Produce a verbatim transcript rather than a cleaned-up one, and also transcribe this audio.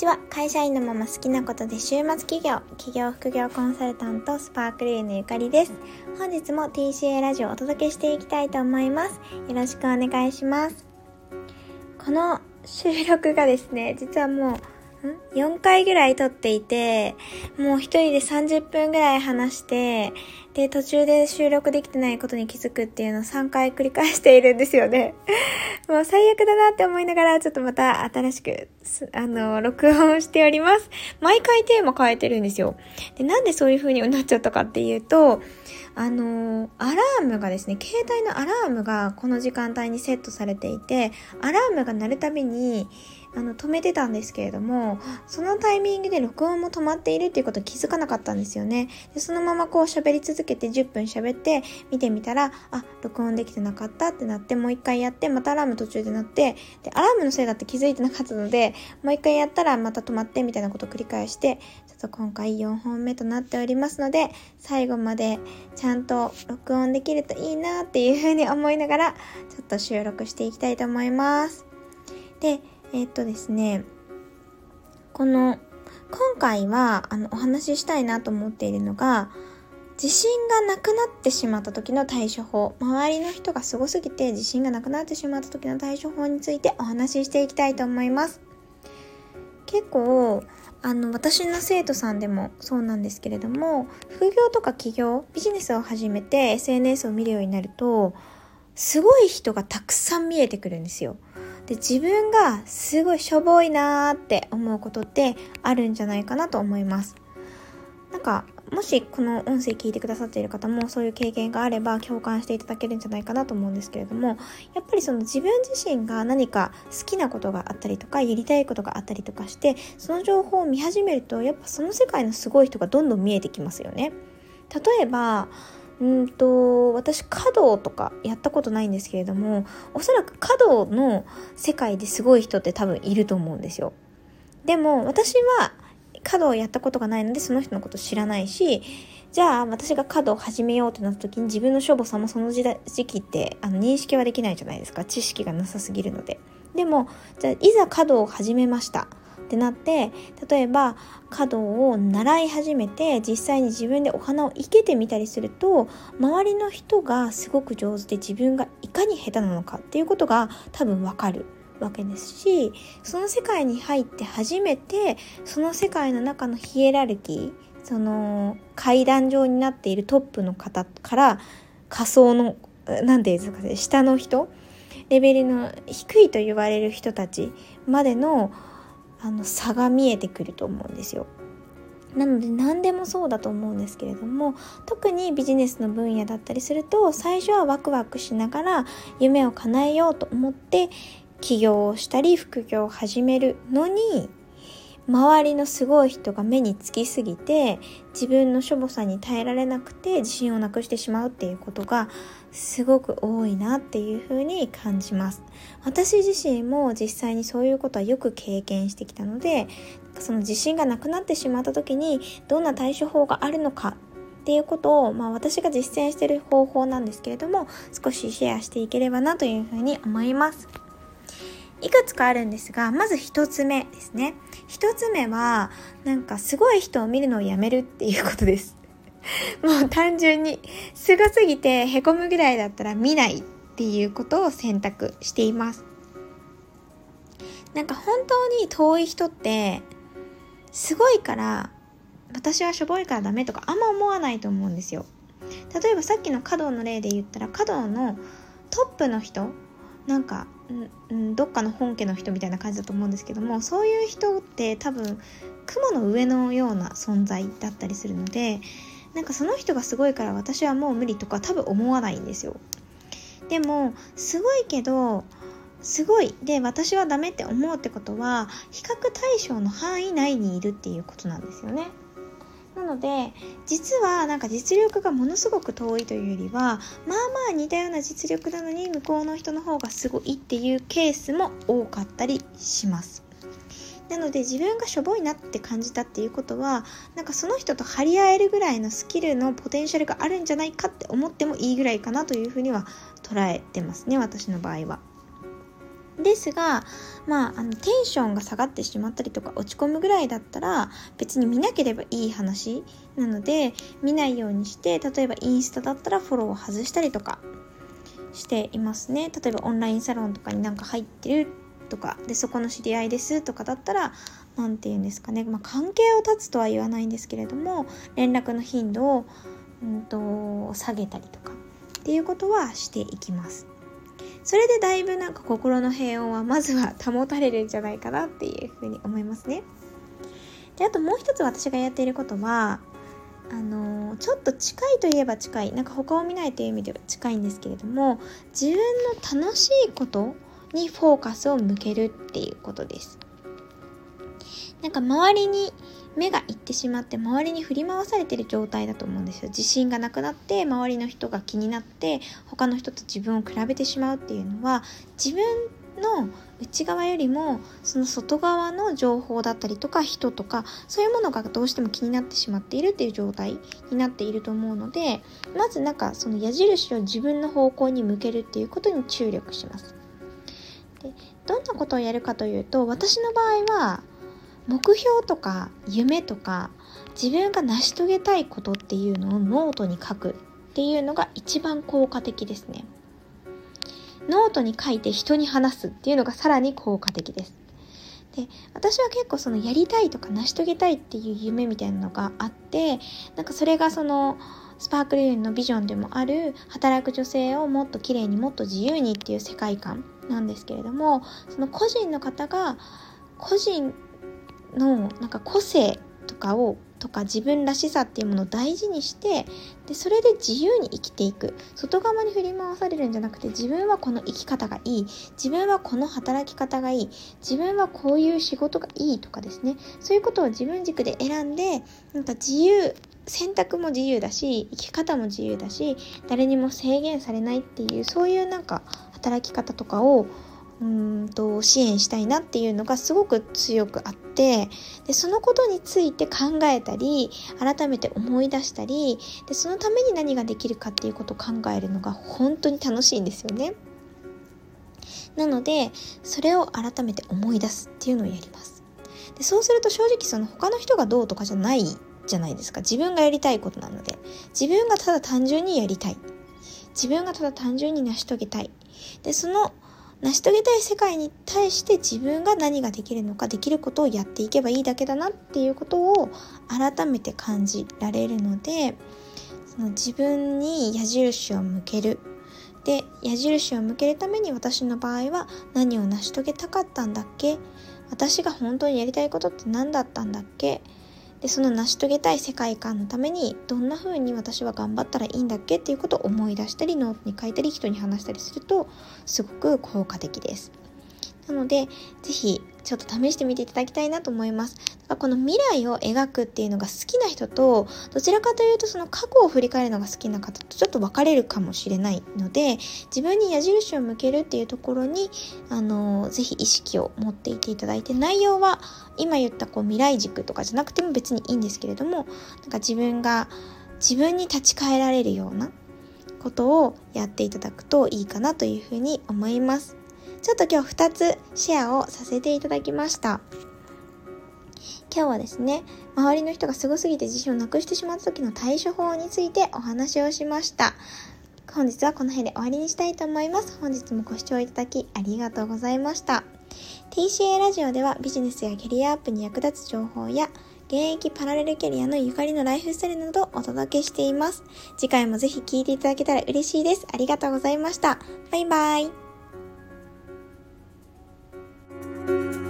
ちは。会社員のまま好きなことで週末企業、企業副業コンサルタントスパークルーのゆかりです。本日も ティーシーエー ラジオをお届けしていきたいと思います。よろしくお願いします。この収録がですね、実はもうよんかいぐらい撮っていて、もう一人でさんじゅっぷんぐらい話して、で途中で収録できてないことに気づくっていうのをさんかい繰り返しているんですよね。もう最悪だなって思いながら、ちょっとまた新しくあの録音しております。毎回テーマ変えてるんですよ。でなんでそういう風になっちゃったかっていうと、あのアラームがですね、携帯のアラームがこの時間帯にセットされていて、アラームが鳴るたびにあの止めてたんですけれども、そのタイミングで録音も止まっているっていうことを気づかなかったんですよね。でそのままこう喋り続けてじゅっぷん喋って見てみたら、あ、録音できてなかったってなって、もう一回やって、またアラーム途中で鳴って、でアラームのせいだって気づいてなかったので、もう一回やったらまた止まってみたいなことを繰り返して、ちょっと今回よんほんめとなっておりますので、最後までちゃんと録音できるといいなっていうふうに思いながら、ちょっと収録していきたいと思います。でえー、っとですねこの今回はあのお話ししたいなと思っているのが、自信がなくなってしまった時の対処法、周りの人がすごすぎて自信がなくなってしまった時の対処法についてお話ししていきたいと思います。結構あの私の生徒さんでもそうなんですけれども、副業とか起業、ビジネスを始めて エスエヌエス を見るようになると、すごい人がたくさん見えてくるんですよ。で自分がすごいしょぼいなーって思うことってあるんじゃないかなと思います。なんかもしこの音声聞いてくださっている方もそういう経験があれば共感していただけるんじゃないかなと思うんですけれども、やっぱりその自分自身が何か好きなことがあったりとか、やりたいことがあったりとかして、その情報を見始めると、やっぱその世界のすごい人がどんどん見えてきますよね。例えばうんと私華道とかやったことないんですけれども、おそらく華道の世界ですごい人って多分いると思うんですよ。でも私は華道をやったことがないので、その人のこと知らないし、じゃあ私が華道を始めようってなった時に、自分のしょぼさもその時代時期ってあの認識はできないじゃないですか。知識がなさすぎるので。でもじゃあいざ華道を始めましたってなって、例えば華道を習い始めて実際に自分でお花を生けてみたりすると、周りの人がすごく上手で自分がいかに下手なのかっていうことが多分わかるわけですし、その世界に入って初めてその世界の中のヒエラルキー、その階段状になっているトップの方から下層のなんていうんですかね、下の人、レベルの低いと言われる人たちまでのあの差が見えてくると思うんですよ。なので何でもそうだと思うんですけれども、特にビジネスの分野だったりすると、最初はワクワクしながら夢を叶えようと思って起業をしたり副業を始めるのに、周りのすごい人が目につきすぎて自分のしょぼさに耐えられなくて自信をなくしてしまうっていうことがすごく多いなっていうふうに感じます。私自身も実際にそういうことはよく経験してきたので、その自信がなくなってしまった時にどんな対処法があるのかっていうことを、まあ、私が実践している方法なんですけれども、少しシェアしていければなというふうに思います。いくつかあるんですが、まず一つ目ですね。一つ目はなんかすごい人を見るのをやめるっていうことです。もう単純にすごすぎてへこむぐらいだったら見ないっていうことを選択しています。なんか本当に遠い人ってすごいから私はしょぼいからダメとかあんま思わないと思うんですよ。例えばさっきの華道の例で言ったら、華道のトップの人、なんかんんどっかの本家の人みたいな感じだと思うんですけども、そういう人って多分雲の上のような存在だったりするので、なんかその人がすごいから私はもう無理とか多分思わないんですよ。でもすごいけどすごいで私はダメって思うってことは、比較対象の範囲内にいるっていうことなんですよね。なので実はなんか実力がものすごく遠いというよりは、まあまあ似たような実力なのに向こうの人の方がすごいっていうケースも多かったりします。なので自分がしょぼいなって感じたっていうことは、なんかその人と張り合えるぐらいのスキルのポテンシャルがあるんじゃないかって思ってもいいぐらいかなというふうには捉えてますね、私の場合は。 ですが、まあ、あのテンションが下がってしまったりとか落ち込むぐらいだったら別に見なければいい話なので見ないようにして、例えばインスタだったらフォローを外したりとかしていますね。例えばオンラインサロンとかになんか入ってるとかで、そこの知り合いですとかだったらなんていうんですかね、まあ、関係を断つとは言わないんですけれども、連絡の頻度を、うんと、下げたりとかっていうことはしていきます。それでだいぶなんか心の平穏はまずは保たれるんじゃないかなっていうふうに思いますね。で、あともう一つ私がやっていることは、あのー、ちょっと近いといえば近い、なんか他を見ないという意味では近いんですけれども、自分の楽しいことにフォーカスを向けるっていうことです。なんか周りに目がいってしまって周りに振り回されている状態だと思うんですよ。自信がなくなって周りの人が気になって他の人と自分を比べてしまうっていうのは、自分の内側よりもその外側の情報だったりとか人とかそういうものがどうしても気になってしまっているっていう状態になっていると思うので、まずなんかその矢印を自分の方向に向けるっていうことに注力します。で、どんなことをやるかというと、私の場合は目標とか夢とか自分が成し遂げたいことっていうのをノートに書くっていうのが一番効果的ですね。ノートに書いて人に話すっていうのがさらに効果的です。で、私は結構そのやりたいとか成し遂げたいっていう夢みたいなのがあって、なんかそれがそのスパークルユニのビジョンでもある働く女性をもっと綺麗にもっと自由にっていう世界観なんですけれども、その個人の方が個人のなんか個性とかをとか自分らしさっていうものを大事にして、でそれで自由に生きていく、外側に振り回されるんじゃなくて、自分はこの生き方がいい、自分はこの働き方がいい、自分はこういう仕事がいいとかですね、そういうことを自分軸で選んで、なんか自由、選択も自由だし生き方も自由だし誰にも制限されないっていう、そういうなんか働き方とかをうーんと支援したいなっていうのがすごく強くあって、でそのことについて考えたり改めて思い出したり、でそのために何ができるかっていうことを考えるのが本当に楽しいんですよね。なのでそれを改めて思い出すっていうのをやります。でそうすると正直その他の人がどうとかじゃないじゃないですか。自分がやりたいことなので、自分がただ単純にやりたい、自分がただ単純に成し遂げたい、でその成し遂げたい世界に対して自分が何ができるのか、できることをやっていけばいいだけだなっていうことを改めて感じられるので、その自分に矢印を向ける。で、矢印を向けるために私の場合は何を成し遂げたかったんだっけ？私が本当にやりたいことって何だったんだっけ？で、その成し遂げたい世界観のためにどんな風に私は頑張ったらいいんだっけっていうことを思い出したり、ノートに書いたり人に話したりするとすごく効果的です。なのでぜひちょっと試してみていただきたいなと思います。だからこの未来を描くっていうのが好きな人と、どちらかというとその過去を振り返るのが好きな方とちょっと分かれるかもしれないので、自分に矢印を向けるっていうところにあのぜひ意識を持っていていただいて、内容は今言ったこう未来軸とかじゃなくても別にいいんですけれども、なんか自分が自分に立ち返られるようなことをやっていただくといいかなというふうに思います。ちょっと今日ふたつシェアをさせていただきました。今日はですね、周りの人がすごすぎて自信をなくしてしまった時の対処法についてお話をしました。本日はこの辺で終わりにしたいと思います。本日もご視聴いただきありがとうございました。ティーシーエー ラジオではビジネスやキャリアアップに役立つ情報や現役パラレルキャリアのゆかりのライフスタイルなどをお届けしています。次回もぜひ聞いていただけたら嬉しいです。ありがとうございました。バイバイ。